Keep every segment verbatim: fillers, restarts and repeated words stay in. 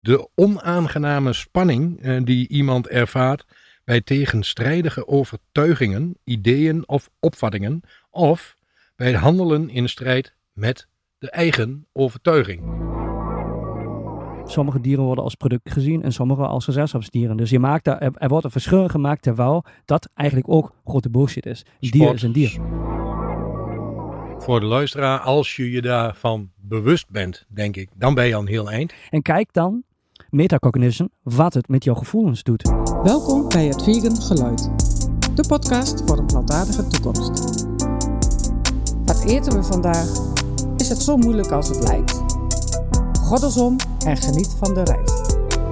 de onaangename spanning uh, die iemand ervaart bij tegenstrijdige overtuigingen, ideeën of opvattingen, of bij het handelen in strijd met de eigen overtuiging. Sommige dieren worden als product gezien en sommige als gezelschapsdieren. Dus je maakt daar, er, er wordt een verschil gemaakt terwijl dat eigenlijk ook grote bullshit is. Een Sport. dier is een dier. Voor de luisteraar, als je je daarvan bewust bent, denk ik, dan ben je al een heel eind. En kijk dan, metacognition, wat het met jouw gevoelens doet. Welkom bij het Vegan Geluid. De podcast voor een plantaardige toekomst. Wat eten we vandaag? Is het zo moeilijk als het lijkt? Goddelsom en geniet van de reis.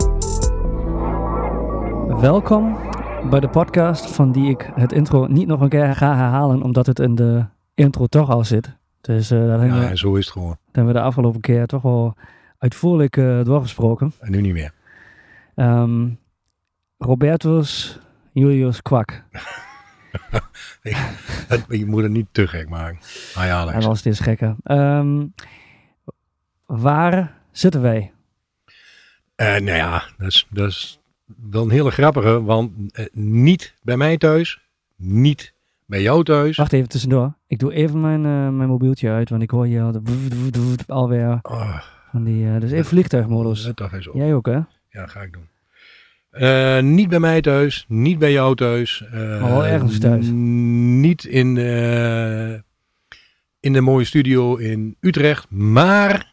Welkom bij de podcast van die ik het intro niet nog een keer ga herhalen, omdat het in de intro toch al zit. Dus uh, dat hebben Ja, we, zo is het gewoon. dat hebben we de afgelopen keer toch wel uitvoerig uh, doorgesproken. En nu niet meer. Um, Robertus Julius Kwak. Je moet het niet te gek maken. Ah ja, Alex. Hij was steeds gekker. Um, waar zitten wij? Uh, nou ja, dat is, dat is wel een hele grappige, want uh, niet bij mij thuis, niet bij jou thuis. Wacht even tussendoor. Ik doe even mijn, uh, mijn mobieltje uit, want ik hoor hier al de alweer Oh, van die, uh, dus even vliegtuigmodus. Let toch eens op. Jij ook, hè? Ja, ga ik doen. Uh, niet bij mij thuis, niet bij jou thuis. Uh, Maar wel ergens thuis. N- niet in, uh, in de mooie studio in Utrecht, maar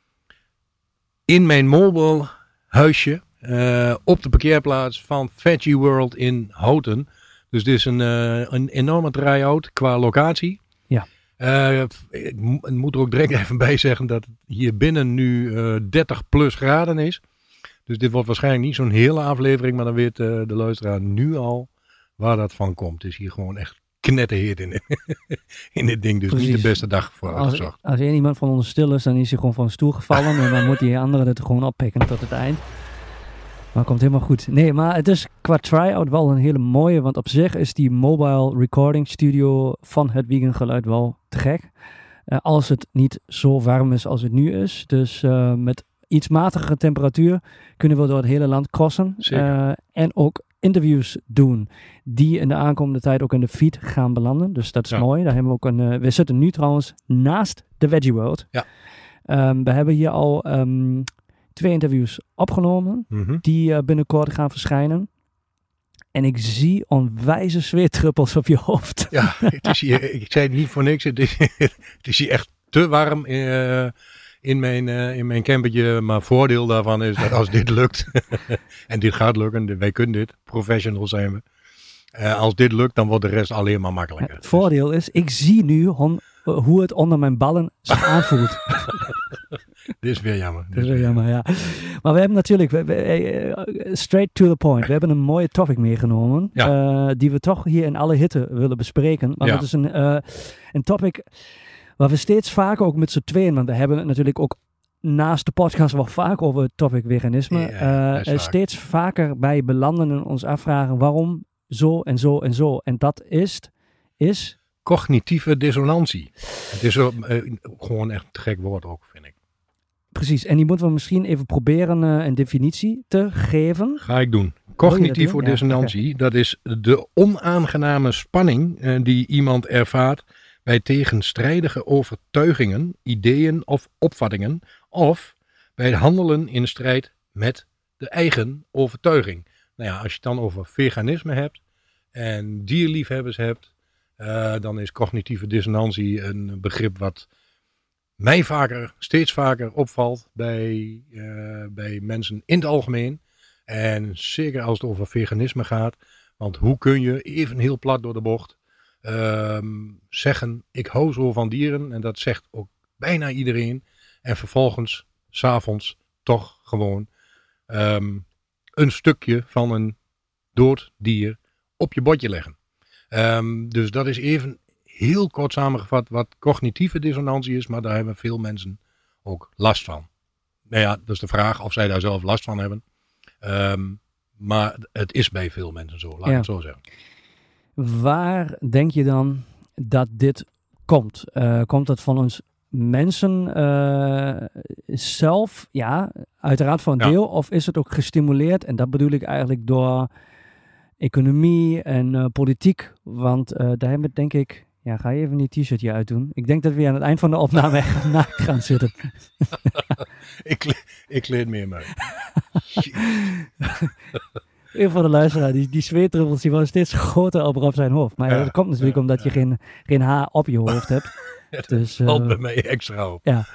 in mijn mobile huisje uh, op de parkeerplaats van Veggie World in Houten. Dus dit is een, uh, een enorme try-out qua locatie. Ja. Uh, ik mo- moet er ook direct even bij zeggen dat het hier binnen nu uh, dertig plus graden is. Dus dit wordt waarschijnlijk niet zo'n hele aflevering, maar dan weet uh, de luisteraar nu al waar dat van komt. Het is hier gewoon echt knetterheet in, in dit ding. Dus Precies. Niet de beste dag voor Als, uitgezocht. als één iemand van ons stil is, dan is hij gewoon van een stoel gevallen en dan moet die andere het gewoon oppikken tot het eind. Maar het komt helemaal goed. Nee, maar het is qua try-out wel een hele mooie, want op zich is die mobile recording studio van het Vegan Geluid wel te gek. Uh, als het niet zo warm is als het nu is. Dus uh, met iets matigere temperatuur kunnen we door het hele land crossen. Uh, en ook interviews doen die in de aankomende tijd ook in de feed gaan belanden. Dus dat is ja. mooi. Daar hebben we ook een. Uh, we zitten nu trouwens naast de Veggie World. Ja. Um, we hebben hier al um, twee interviews opgenomen Mm-hmm. die uh, binnenkort gaan verschijnen. En ik zie onwijze zweetdruppels op je hoofd. Ja, het is hier, ik zei het niet voor niks. Het is, het is hier echt te warm uh, in mijn, uh, in mijn campertje. Maar voordeel daarvan is dat als dit lukt, en dit gaat lukken, wij kunnen dit, professionals zijn we. Uh, als dit lukt, dan wordt de rest alleen maar makkelijker. Het voordeel is, ik zie nu hon, uh, hoe het onder mijn ballen zich aanvoelt. Dit is weer jammer. Dat is weer jammer, ja. Maar we hebben natuurlijk, we, we, uh, straight to the point, we hebben een mooie topic meegenomen, ja. uh, die we toch hier in alle hitte willen bespreken. Maar ja. dat is een, uh, een topic waar we steeds vaker ook met z'n tweeën, want we hebben het natuurlijk ook naast de podcast wel vaak over het topic veganisme, ja, uh, steeds vaker bij belanden en ons afvragen waarom zo en zo en zo. En dat is, is... cognitieve dissonantie. Het is uh, gewoon echt een gek woord ook, vind ik. Precies, en die moeten we misschien even proberen uh, een definitie te geven. Ga ik doen. Cognitieve dissonantie, ja, okay. Dat is de onaangename spanning uh, die iemand ervaart bij tegenstrijdige overtuigingen, ideeën of opvattingen, of bij het handelen in strijd met de eigen overtuiging. Nou ja, als je het dan over veganisme hebt en dierliefhebbers hebt, uh, dan is cognitieve dissonantie een begrip wat mij vaker, steeds vaker opvalt bij, uh, bij mensen in het algemeen. En zeker als het over veganisme gaat. Want hoe kun je even heel plat door de bocht uh, zeggen, ik hou zo van dieren. En dat zegt ook bijna iedereen. En vervolgens, 's avonds, toch gewoon um, een stukje van een dood dier op je bordje leggen. Um, dus dat is even heel kort samengevat wat cognitieve dissonantie is, maar daar hebben veel mensen ook last van. Nou ja, dat is de vraag of zij daar zelf last van hebben. Um, maar het is bij veel mensen zo, laat ik ja. het zo zeggen. Waar denk je dan dat dit komt? Uh, komt dat van ons mensen uh, zelf, ja, uiteraard voor een Ja. deel, of is het ook gestimuleerd? En dat bedoel ik eigenlijk door economie en uh, politiek, want uh, daar hebben we denk ik, ja, ga je even die t-shirtje uitdoen. Ik denk dat we aan het eind van de opname echt naakt gaan zitten. ik, kle- ik kleed meer mee. Even voor de luisteraar, die, die zweetdruppels die worden steeds groter op, op zijn hoofd. Maar ja, Ja, dat komt natuurlijk ja, omdat ja. je geen, geen haar op je hoofd hebt. Dus, uh, Valt bij mij extra op. ja.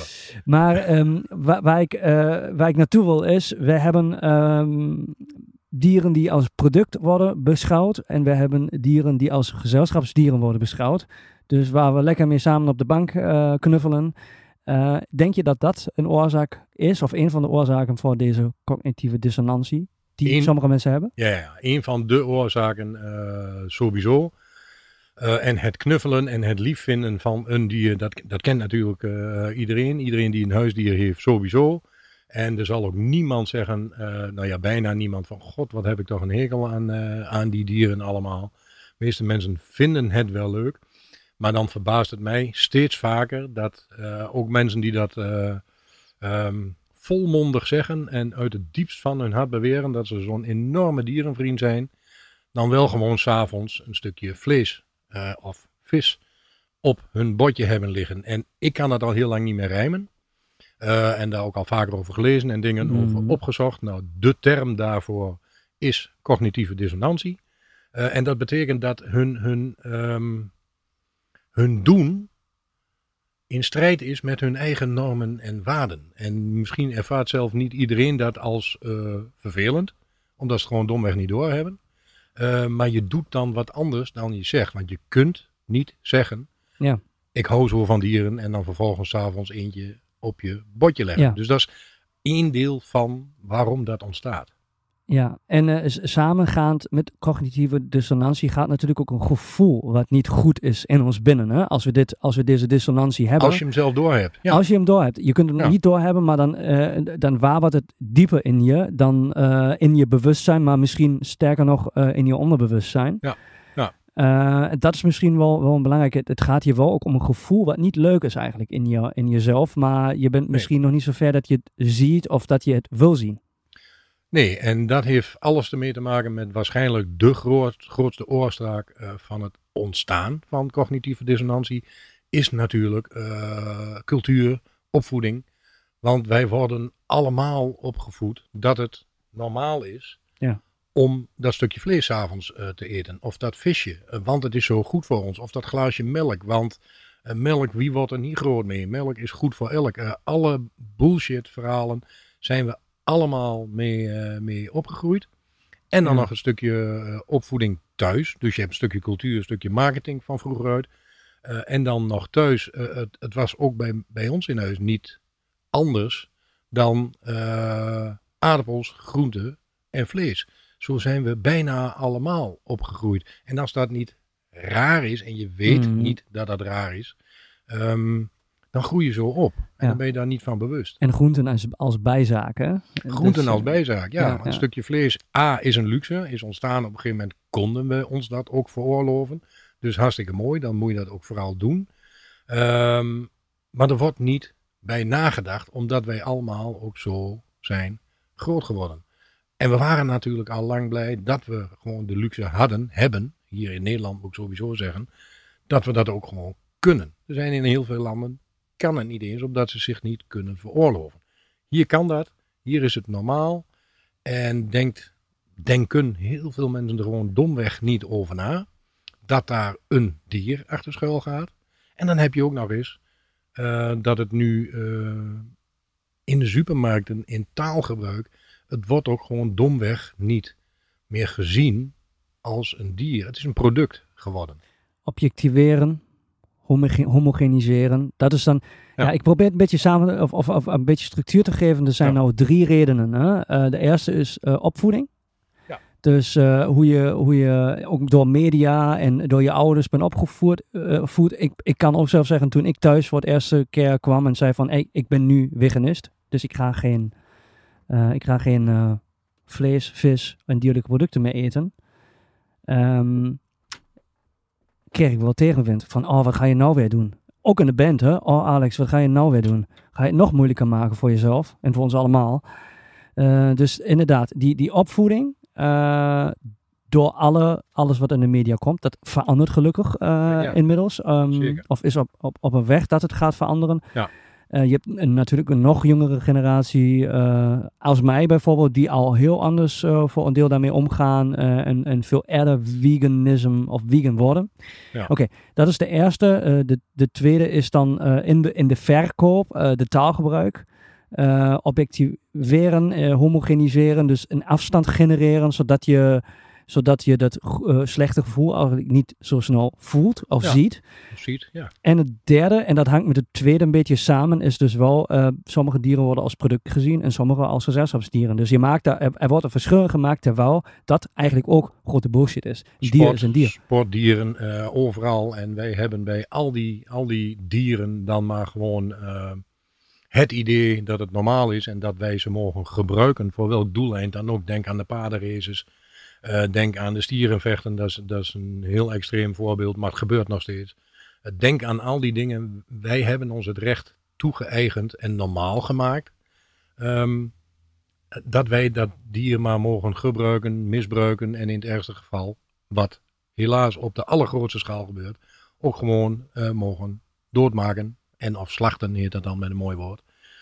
Maar um, waar, waar, ik, uh, waar ik naartoe wil is, we hebben um, dieren die als product worden beschouwd. En we hebben dieren die als gezelschapsdieren worden beschouwd. Dus waar we lekker mee samen op de bank uh, knuffelen. Uh, denk je dat dat een oorzaak is, of een van de oorzaken voor deze cognitieve dissonantie die Eén- sommige mensen hebben? Ja, ja, een van de oorzaken uh, sowieso. Uh, en het knuffelen en het liefvinden van een dier, dat, dat kent natuurlijk uh, iedereen. Iedereen die een huisdier heeft sowieso. En er zal ook niemand zeggen, uh, nou ja, bijna niemand van, god, wat heb ik toch een hekel aan, uh, aan die dieren allemaal. De meeste mensen vinden het wel leuk. Maar dan verbaast het mij steeds vaker dat uh, ook mensen die dat uh, um, volmondig zeggen en uit het diepst van hun hart beweren dat ze zo'n enorme dierenvriend zijn, dan wel gewoon 's avonds een stukje vlees uh, of vis op hun bordje hebben liggen. En ik kan dat al heel lang niet meer rijmen. Uh, en daar ook al vaker over gelezen en dingen Mm. over opgezocht. Nou, de term daarvoor is cognitieve dissonantie. Uh, en dat betekent dat hun, hun, um, hun doen in strijd is met hun eigen normen en waarden. En misschien ervaart zelf niet iedereen dat als uh, vervelend, omdat ze het gewoon domweg niet doorhebben. Uh, maar je doet dan wat anders dan je zegt. Want je kunt niet zeggen, Ja. ik hou zo van dieren en dan vervolgens 's avonds eentje op je bordje leggen. Ja. Dus dat is één deel van waarom dat ontstaat. Ja, en uh, s- samengaand met cognitieve dissonantie gaat natuurlijk ook een gevoel wat niet goed is in ons binnen. Hè? Als we dit, als we deze dissonantie hebben. Als je hem zelf doorhebt. Ja. Als je hem doorhebt. Je kunt hem Ja. niet doorhebben, maar dan, uh, dan wabert het dieper in je dan uh, in je bewustzijn, maar misschien sterker nog uh, in je onderbewustzijn. Ja. Ja. Uh, dat is misschien wel, wel een belangrijk. Het, het gaat hier wel ook om een gevoel wat niet leuk is eigenlijk in, je, in jezelf, maar je bent misschien nog niet zo ver dat je het ziet of dat je het wil zien. Nee, en dat heeft alles ermee te maken met waarschijnlijk de groot, grootste oorzaak uh, van het ontstaan van cognitieve dissonantie. Is natuurlijk uh, cultuur, opvoeding. Want wij worden allemaal opgevoed dat het normaal is Ja. om dat stukje vlees 's avonds uh, te eten. Of dat visje, uh, want het is zo goed voor ons. Of dat glaasje melk, want uh, melk, wie wordt er niet groot mee? Melk is goed voor elk. Uh, alle bullshit verhalen zijn we allemaal mee, uh, mee opgegroeid. En dan Ja. nog een stukje uh, opvoeding thuis. Dus je hebt een stukje cultuur, een stukje marketing van vroeger uit. Uh, en dan nog thuis, uh, het, het was ook bij, bij ons in huis niet anders dan uh, aardappels, groenten en vlees. Zo zijn we bijna allemaal opgegroeid. En als dat niet raar is, en je weet Mm. niet dat dat raar is, um, dan groei je zo op. En Ja. dan ben je daar niet van bewust. En groenten als, als bijzaak, hè? Groenten Dus, als bijzaak, ja. ja, Een ja. stukje vlees, A, is een luxe. Is ontstaan op een gegeven moment, konden we ons dat ook veroorloven. Dus hartstikke mooi, dan moet je dat ook vooral doen. Um, maar er wordt niet bij nagedacht, omdat wij allemaal ook zo zijn groot geworden. En we waren natuurlijk al lang blij dat we gewoon de luxe hadden, hebben, hier in Nederland moet ik sowieso zeggen, dat we dat ook gewoon kunnen. Er zijn in heel veel landen, kan het niet eens, omdat ze zich niet kunnen veroorloven. Hier kan dat, hier is het normaal. En denkt, denken heel veel mensen er gewoon domweg niet over na, dat daar een dier achter schuil gaat. En dan heb je ook nog eens uh, dat het nu uh, in de supermarkten, in taalgebruik, het wordt ook gewoon domweg niet meer gezien als een dier. Het is een product geworden. Objectiveren, homoge- homogeniseren. Dat is dan. Ja. ja, ik probeer het een beetje samen of, of, of een beetje structuur te geven. Er zijn ja. nou drie redenen. Hè? Uh, de eerste is uh, opvoeding. Ja. Dus uh, hoe, je, hoe je ook door media en door je ouders bent opgevoed. Uh, voed. Ik, ik kan ook zelf zeggen, toen ik thuis voor het eerste keer kwam en zei van, hey, ik ben nu veganist. Dus ik ga geen, uh, ik ga geen uh, vlees, vis en dierlijke producten meer eten. Um, kreeg ik wel tegenwind van, oh, wat ga je nou weer doen? ook in de band, hè. Oh Alex, wat ga je nou weer doen? Ga je het nog moeilijker maken voor jezelf en voor ons allemaal? Uh, dus inderdaad, die, die opvoeding, uh, door alle, alles wat in de media komt, dat verandert gelukkig uh, ja, inmiddels. Um, of is op, op, op een weg dat het gaat veranderen. Ja. Uh, je hebt een, natuurlijk een nog jongere generatie uh, als mij bijvoorbeeld, die al heel anders uh, voor een deel daarmee omgaan uh, en, en veel eerder veganism of vegan worden. Ja. Oké, okay, dat is de eerste. Uh, de, de tweede is dan uh, in, de, in de verkoop, uh, de taalgebruik. Uh, objectiveren, uh, homogeniseren, dus een afstand genereren, zodat je, zodat je dat uh, slechte gevoel eigenlijk niet zo snel voelt of ja, ziet. ziet ja. En het derde, en dat hangt met het tweede een beetje samen, is dus wel, uh, sommige dieren worden als product gezien en sommige als gezelschapsdieren. Dus je maakt daar, er, er wordt een verschil gemaakt terwijl dat eigenlijk ook grote bullshit is. Een dier is een dier. Sportdieren uh, overal en wij hebben bij al die, al die dieren dan maar gewoon Uh, het idee dat het normaal is en dat wij ze mogen gebruiken voor welk doeleind dan ook. Denk aan de paardenraces, uh, denk aan de stierenvechten, dat is, dat is een heel extreem voorbeeld, maar het gebeurt nog steeds. Uh, denk aan al die dingen, wij hebben ons het recht toegeëigend en normaal gemaakt, um, dat wij dat dier maar mogen gebruiken, misbruiken en in het ergste geval, wat helaas op de allergrootste schaal gebeurt, ook gewoon uh, mogen doodmaken. En of slachten heet dat dan met een mooi woord.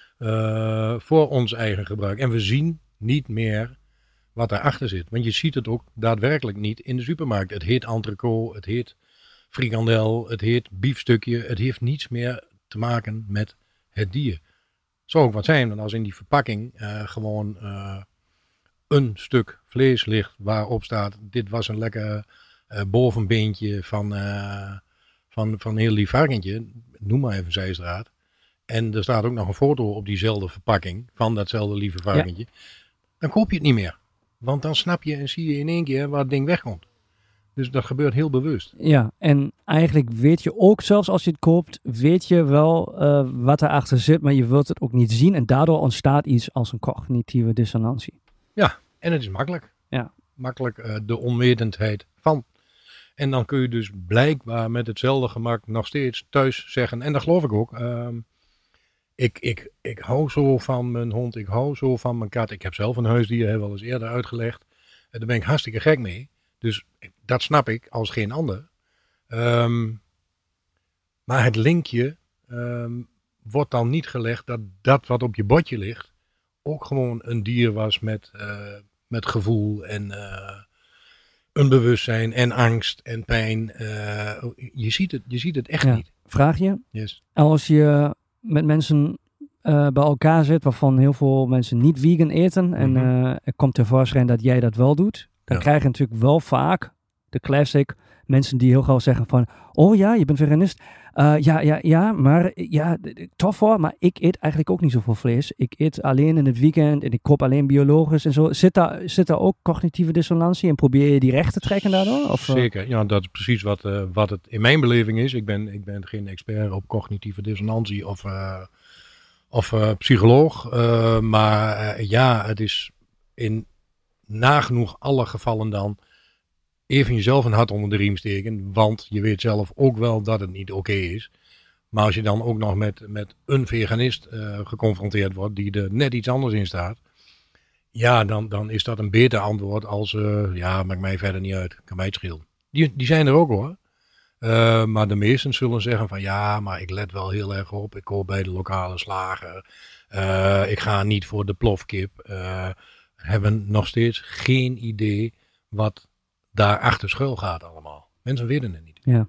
Uh, voor ons eigen gebruik. En we zien niet meer wat daarachter zit. Want je ziet het ook daadwerkelijk niet in de supermarkt. Het heet entrecote, het heet frikandel, het heet biefstukje. Het heeft niets meer te maken met het dier. Zou ook wat zijn, want als in die verpakking uh, gewoon uh, een stuk vlees ligt waarop staat, dit was een lekker uh, bovenbeentje van, uh, van, van een heel lief varkentje. Noem maar even zijstraat. En er staat ook nog een foto op diezelfde verpakking van datzelfde lieve varkentje. Ja. Dan koop je het niet meer. Want dan snap je en zie je in één keer waar het ding wegkomt. Dus dat gebeurt heel bewust. Ja, en eigenlijk weet je ook, zelfs als je het koopt, weet je wel uh, wat erachter zit, maar je wilt het ook niet zien. En daardoor ontstaat iets als een cognitieve dissonantie. Ja, en het is makkelijk. Ja. Makkelijk uh, de onwetendheid van. En dan kun je dus blijkbaar met hetzelfde gemak nog steeds thuis zeggen. En dat geloof ik ook. Uh, ik, ik, ik hou zo van mijn hond. Ik hou zo van mijn kat. Ik heb zelf een huisdier, heb wel eens eerder uitgelegd. En daar ben ik hartstikke gek mee. Dus dat snap ik als geen ander. Um, maar het linkje um, wordt dan niet gelegd dat dat wat op je bordje ligt ook gewoon een dier was met, uh, met gevoel en Uh, een bewustzijn en angst en pijn. Uh, je, ziet het, je ziet het echt ja. niet. Vraag je? Yes. Als je met mensen uh, bij elkaar zit, waarvan heel veel mensen niet vegan eten, en mm-hmm. uh, er komt tevoorschijn dat jij dat wel doet, dan ja. krijg je natuurlijk wel vaak de classic mensen die heel gauw zeggen van, oh ja, je bent veganist. Uh, ja, ja, ja, maar ja, tof hoor, maar ik eet eigenlijk ook niet zoveel vlees. Ik eet alleen in het weekend en ik koop alleen biologisch en zo. Zit daar, zit daar ook cognitieve dissonantie en probeer je die recht te trekken daardoor? Of, Zeker, ja, dat is precies wat, uh, wat het in mijn beleving is. Ik ben, ik ben geen expert op cognitieve dissonantie of, uh, of uh, psycholoog. Uh, maar uh, ja, het is in nagenoeg alle gevallen dan even jezelf een hart onder de riem steken, want je weet zelf ook wel dat het niet oké okay is. Maar als je dan ook nog met, met een veganist uh, geconfronteerd wordt, die er net iets anders in staat, ja, dan, dan is dat een beter antwoord als, uh, ja, maakt mij verder niet uit, kan mij het schelen. Die, die zijn er ook hoor. Uh, maar de meesten zullen zeggen van, ja, maar ik let wel heel erg op, ik koop bij de lokale slager, uh, ik ga niet voor de plofkip, uh, hebben nog steeds geen idee wat daar achter schuil gaat allemaal. Mensen weten het niet. Ja.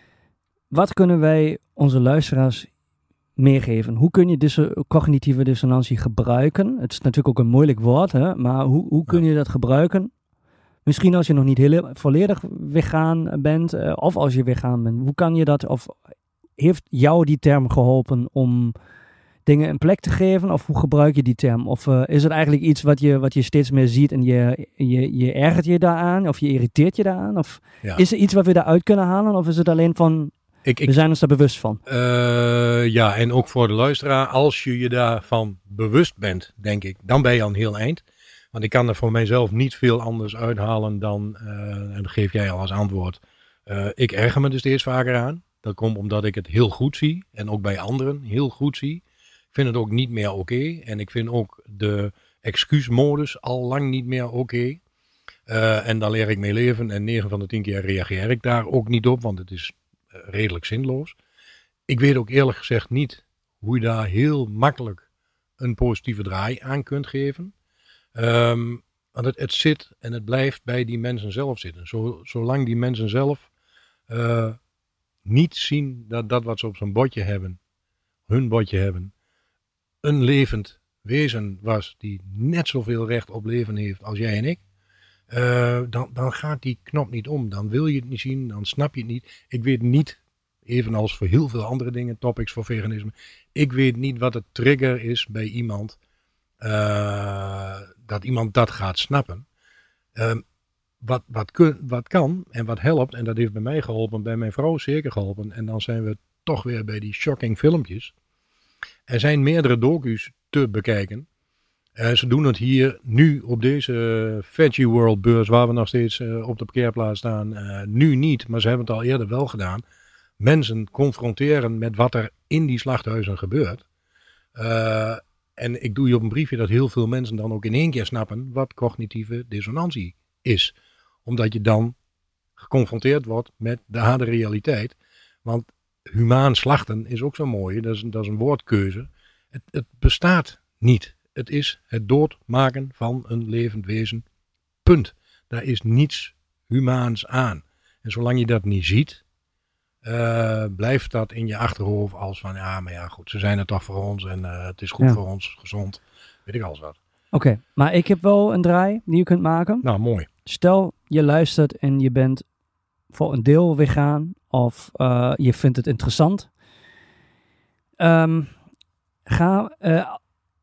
Wat kunnen wij onze luisteraars meegeven? Hoe kun je dis- cognitieve dissonantie gebruiken? Het is natuurlijk ook een moeilijk woord, hè? Maar hoe, hoe kun je dat gebruiken? Misschien als je nog niet heel volledig vegan bent, uh, of als je vegan bent. Hoe kan je dat, of heeft jou die term geholpen om dingen een plek te geven? Of hoe gebruik je die term? Of uh, is het eigenlijk iets wat je, wat je steeds meer ziet en je, je, je ergert je daaraan? Of je irriteert je daaraan? Of ja. Is er iets wat we daaruit kunnen halen? Of is het alleen van, ik, ik, we zijn ons daar bewust van? Uh, ja, en ook voor de luisteraar, als je je daarvan bewust bent, denk ik, dan ben je al een heel eind. Want ik kan er voor mijzelf niet veel anders uithalen dan, uh, en dat geef jij al als antwoord, uh, ik erger me er steeds vaker aan. Dat komt omdat ik het heel goed zie. En ook bij anderen heel goed zie. Ik vind het ook niet meer oké. Okay. En ik vind ook de excuusmodus al lang niet meer oké. Okay. Uh, en daar leer ik mee leven. En negen van de tien keer reageer ik daar ook niet op. Want het is uh, redelijk zinloos. Ik weet ook eerlijk gezegd niet hoe je daar heel makkelijk een positieve draai aan kunt geven. Um, want het, het zit en het blijft bij die mensen zelf zitten. Zo, zolang die mensen zelf uh, niet zien dat dat wat ze op zijn bordje hebben, hun bordje hebben, een levend wezen was die net zoveel recht op leven heeft als jij en ik. Uh, dan, dan gaat die knop niet om. Dan wil je het niet zien, dan snap je het niet. Ik weet niet, evenals voor heel veel andere dingen, topics voor veganisme, ik weet niet wat de trigger is bij iemand, uh, dat iemand dat gaat snappen. Uh, wat, wat, kun, wat kan en wat helpt, en dat heeft bij mij geholpen, bij mijn vrouw zeker geholpen, en dan zijn we toch weer bij die shocking filmpjes. Er zijn meerdere docu's te bekijken. Uh, ze doen het hier nu op deze Veggie World beurs, waar we nog steeds uh, op de parkeerplaats staan. Uh, nu niet, maar ze hebben het al eerder wel gedaan. Mensen confronteren met wat er in die slachthuizen gebeurt. Uh, en ik doe je op een briefje dat heel veel mensen dan ook in één keer snappen wat cognitieve dissonantie is. Omdat je dan geconfronteerd wordt met de harde realiteit. Want humaan slachten is ook zo mooi, dat is, dat is een woordkeuze. Het, het bestaat niet. Het is het doodmaken van een levend wezen. Punt. Daar is niets humaans aan. En zolang je dat niet ziet, uh, blijft dat in je achterhoofd als van, ja, maar ja, goed, ze zijn er toch voor ons en uh, het is goed ja. voor ons, gezond, weet ik alles wat. Oké, okay, maar ik heb wel een draai die je kunt maken. Nou, mooi. Stel, je luistert en je bent voor een deel vegan of uh, je vindt het interessant. Um, ga... Uh,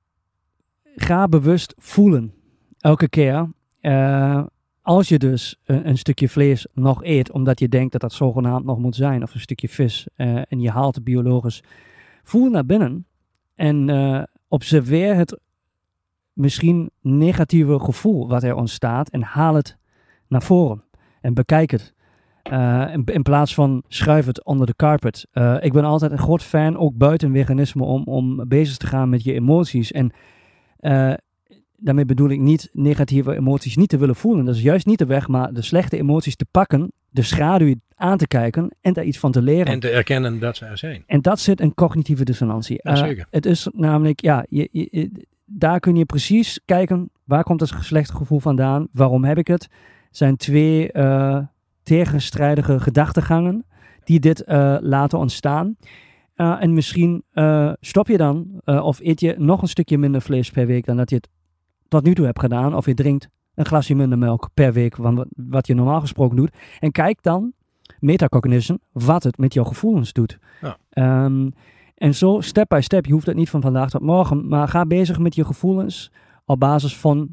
Ga bewust voelen. Elke keer. Uh, als je dus een, een stukje vlees nog eet. Omdat je denkt dat dat zogenaamd nog moet zijn. Of een stukje vis. Uh, en je haalt het biologisch. Voel naar binnen. En uh, observeer het misschien negatieve gevoel wat er ontstaat. En haal het naar voren. En bekijk het. Uh, in, in plaats van schuif het onder de carpet. Uh, ik ben altijd een groot fan. Ook buiten veganisme. Om, om bezig te gaan met je emoties. En Uh, daarmee bedoel ik niet negatieve emoties niet te willen voelen. Dat is juist niet de weg, maar de slechte emoties te pakken, de schaduw aan te kijken en daar iets van te leren. En te erkennen dat ze er zijn. En dat zit een cognitieve dissonantie. Ja, zeker. Uh, het is namelijk, ja, je, je, je, daar kun je precies kijken, waar komt het slechte gevoel vandaan? Waarom heb ik het? Het zijn twee uh, tegenstrijdige gedachtegangen die dit uh, laten ontstaan. Uh, en misschien uh, stop je dan uh, of eet je nog een stukje minder vlees per week dan dat je het tot nu toe hebt gedaan. Of je drinkt een glasje minder melk per week van wat je normaal gesproken doet. En kijk dan, metacognition, wat het met jouw gevoelens doet. Ja. Um, en zo step by step, je hoeft het niet van vandaag tot morgen, maar ga bezig met je gevoelens op basis van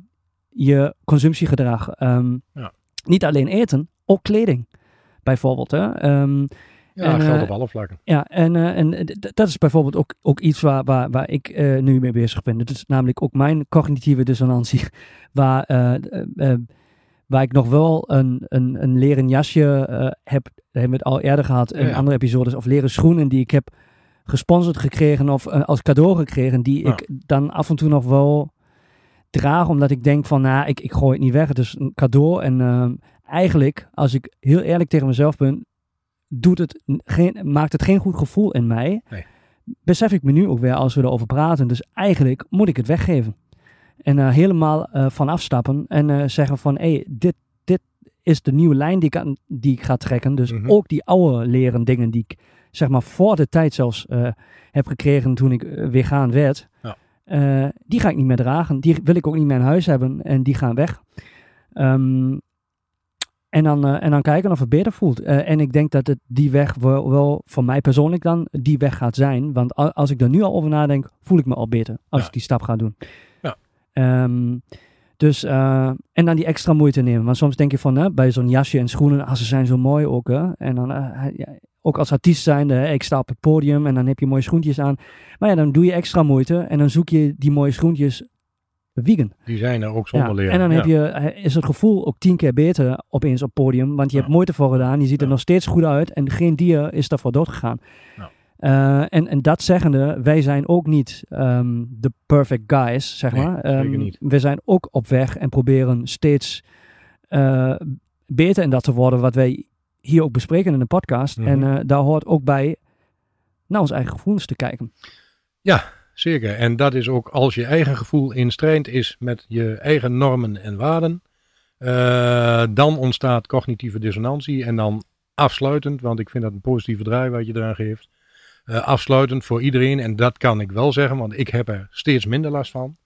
je consumptiegedrag. Um, ja. Niet alleen eten, ook kleding bijvoorbeeld. Hè. Um, Ja, en, geldt uh, op alle vlakken. Ja, en, uh, en d- dat is bijvoorbeeld ook, ook iets waar, waar, waar ik uh, nu mee bezig ben. Dat is namelijk ook mijn cognitieve dissonantie. Waar, uh, uh, uh, waar ik nog wel een, een, een leren jasje uh, heb. Dat hebben we het al eerder gehad in ja, ja. andere episodes. Of leren schoenen die ik heb gesponsord gekregen of uh, als cadeau gekregen. Die ja. ik dan af en toe nog wel draag. Omdat ik denk van, nou, ik, ik gooi het niet weg. Het is een cadeau. En uh, eigenlijk, als ik heel eerlijk tegen mezelf ben, doet het geen, maakt het geen goed gevoel in mij. Nee. Besef ik me nu ook weer als we erover praten. Dus eigenlijk moet ik het weggeven. En uh, helemaal uh, van afstappen. En uh, zeggen van, hé, hey, dit, dit is de nieuwe lijn die ik, aan, die ik ga trekken. Dus mm-hmm. ook die oude leren dingen die ik, zeg maar, voor de tijd zelfs uh, heb gekregen toen ik uh, vegan werd. Ja. Uh, die ga ik niet meer dragen. Die wil ik ook niet meer in huis hebben. En die gaan weg. Um, En dan, uh, en dan kijken of het beter voelt. Uh, en ik denk dat het die weg wel, wel voor mij persoonlijk dan die weg gaat zijn. Want als ik er nu al over nadenk, voel ik me al beter als ja. ik die stap ga doen. Ja. Um, dus, uh, en dan die extra moeite nemen. Want soms denk je van, hè, bij zo'n jasje en schoenen, ah, ze zijn zo mooi ook. Hè? En dan, uh, ja, ook als artiest zijnde, hè, ik sta op het podium en dan heb je mooie schoentjes aan. Maar ja, dan doe je extra moeite en dan zoek je die mooie schoentjes wiegen. Die zijn er ook zonder ja. leren. En dan ja. heb je, is het gevoel ook tien keer beter opeens op het podium, want je ja. hebt moeite voor gedaan, je ziet er ja. nog steeds goed uit en geen dier is daarvoor doodgegaan. Ja. Uh, en, en dat zeggende, wij zijn ook niet um, de perfect guys, zeg nee, maar. Um, zeker niet. We zijn ook op weg en proberen steeds uh, beter in dat te worden wat wij hier ook bespreken in de podcast. Mm-hmm. En uh, daar hoort ook bij naar ons eigen gevoelens te kijken. Ja, zeker. En dat is ook als je eigen gevoel in strijd is met je eigen normen en waarden. Uh, dan ontstaat cognitieve dissonantie. En dan afsluitend, want ik vind dat een positieve draai wat je eraan geeft. Uh, afsluitend voor iedereen. En dat kan ik wel zeggen, want ik heb er steeds minder last van.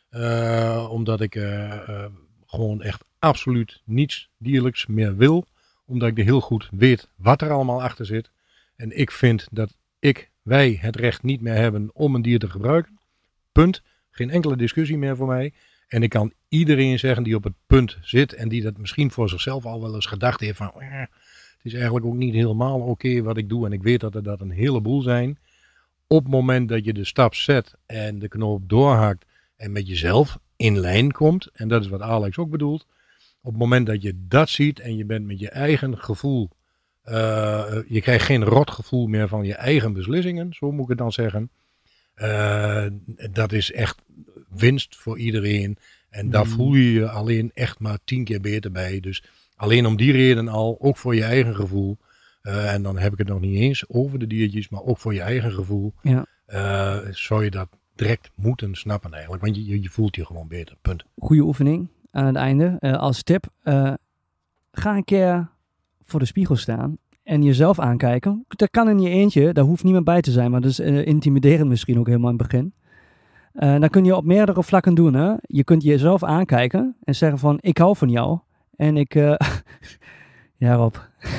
Uh, omdat ik uh, uh, gewoon echt absoluut niets dierlijks meer wil. Omdat ik er heel goed weet wat er allemaal achter zit. En ik vind dat ik, wij het recht niet meer hebben om een dier te gebruiken. Punt. Geen enkele discussie meer voor mij. En ik kan iedereen zeggen die op het punt zit en die dat misschien voor zichzelf al wel eens gedacht heeft van... Eh, het is eigenlijk ook niet helemaal oké okay wat ik doe en ik weet dat er dat een heleboel zijn. Op het moment dat je de stap zet en de knoop doorhakt en met jezelf in lijn komt, en dat is wat Alex ook bedoelt, op het moment dat je dat ziet en je bent met je eigen gevoel, uh, je krijgt geen rotgevoel meer van je eigen beslissingen, zo moet ik het dan zeggen. Uh, dat is echt winst voor iedereen en daar mm. voel je je alleen echt maar tien keer beter bij. Dus alleen om die reden al, ook voor je eigen gevoel. Uh, en dan heb ik het nog niet eens over de diertjes, maar ook voor je eigen gevoel. Ja. Uh, zou je dat direct moeten snappen eigenlijk. Want je, je voelt je gewoon beter, punt. Goeie oefening aan het einde. Uh, als tip, uh, ga een keer voor de spiegel staan en jezelf aankijken. Dat kan in je eentje, daar hoeft niemand bij te zijn, maar dat is uh, intimiderend misschien ook helemaal in het begin. Uh, dan kun je op meerdere vlakken doen. Hè? Je kunt jezelf aankijken en zeggen van, ik hou van jou. En ik, uh, ja Rob,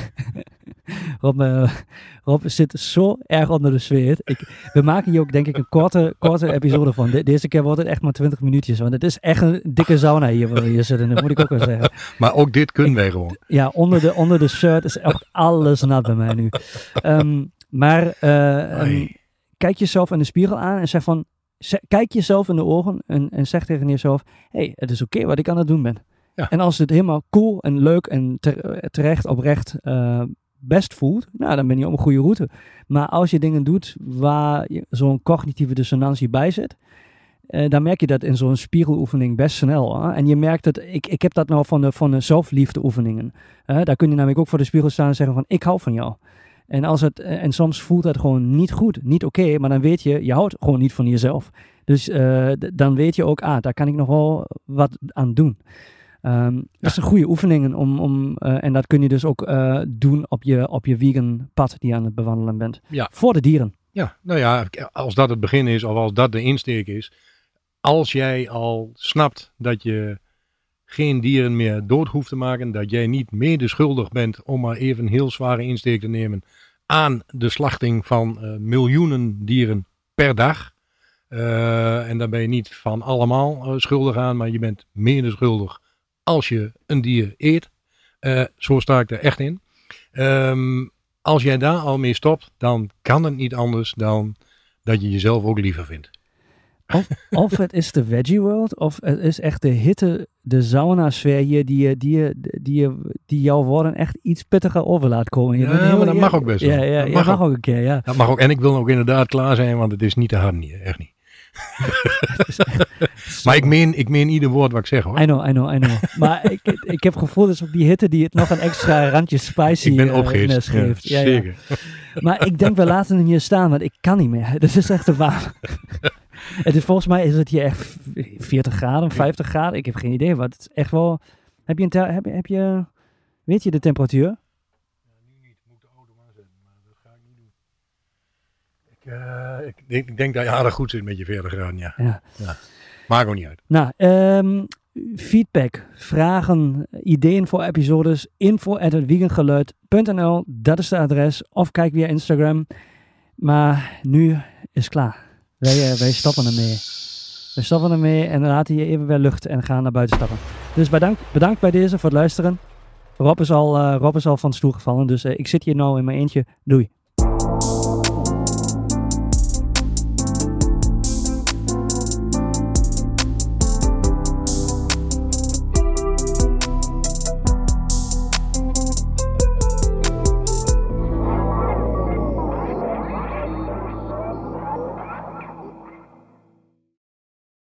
Rob, uh, Rob zit zo erg onder de sfeer. Ik, we maken hier ook denk ik een korte, korte episode van. De, deze keer wordt het echt maar twintig minuutjes, want het is echt een dikke sauna hier waar we hier zitten, dat moet ik ook wel zeggen. Maar ook dit kunnen ik, wij gewoon. Ja, onder de, onder de shirt is echt alles nat bij mij nu. Um, maar uh, um, kijk jezelf in de spiegel aan en zeg van, zeg, kijk jezelf in de ogen en, en zeg tegen jezelf, hé, hey, het is oké okay wat ik aan het doen ben. Ja. En als het helemaal cool en leuk en terecht oprecht uh, best voelt, nou, dan ben je op een goede route. Maar als je dingen doet waar je zo'n cognitieve dissonantie bij zit, uh, dan merk je dat in zo'n spiegeloefening best snel. Hè? En je merkt dat, ik, ik heb dat nou van de, van de zelfliefdeoefeningen. Uh, daar kun je namelijk ook voor de spiegel staan en zeggen van, ik hou van jou. En, als het, en soms voelt dat gewoon niet goed, niet oké, okay, maar dan weet je, je houdt gewoon niet van jezelf. Dus uh, d- dan weet je ook, ah, daar kan ik nog wel wat aan doen. Um, ja. Dat zijn goede oefeningen om, om uh, en dat kun je dus ook uh, doen op je, op je vegan pad die je aan het bewandelen bent. Ja. Voor de dieren. Ja, nou ja, als dat het begin is of als dat de insteek is. Als jij al snapt dat je geen dieren meer dood hoeft te maken. Dat jij niet medeschuldig bent, om maar even een heel zware insteek te nemen, aan de slachting van uh, miljoenen dieren per dag. Uh, en daar ben je niet van allemaal uh, schuldig aan, maar je bent medeschuldig als je een dier eet. Uh, zo sta ik er echt in. Um, als jij daar al mee stopt, dan kan het niet anders dan dat je jezelf ook liever vindt. Of, of het is de veggie world, of het is echt de hitte, de sauna sfeer hier, die, die, die, die, die jouw woorden echt iets pittiger over laat komen. Je ja, heel, maar dat je, mag ook best wel. Ja, ja, dat mag, mag, mag ook. ook een keer, ja. Dat mag ook. En ik wil ook inderdaad klaar zijn, want het is niet te hard hier, echt niet. Maar ik meen, ik meen ieder woord wat ik zeg, hoor. I know, I know, I know. Maar ik, ik heb gevoel dat ook die hitte die het nog een extra randje spicy ik ben uh, opgeheetst, geeft. ja, ja, zeker. Ja. Maar ik denk, we laten hem hier staan, want ik kan niet meer. Dat is echt de waar. Het is, volgens mij is het hier echt veertig graden, vijftig graden. Ik heb geen idee wat. Het is echt wel... Heb je een... Ter, heb, heb je... Weet je de temperatuur? Ja, nu niet. Ik moet de auto aanzetten, maar dat ga ik niet doen. Ik, uh, ik, denk, ik denk dat je aardig goed zit met je veertig graden, ja. Ja. ja. Maakt ook niet uit. Nou, um, feedback, vragen, ideeën voor episodes, info at het vegangeluid punt n l, dat is de adres. Of kijk via Instagram. Maar nu is het klaar. Wij, uh, wij stoppen ermee. We stoppen ermee en dan laten je even weer lucht en gaan naar buiten stappen. Dus bedankt, bedankt bij deze voor het luisteren. Rob is al, uh, Rob is al van de stoel gevallen, dus uh, ik zit hier nou in mijn eentje. Doei.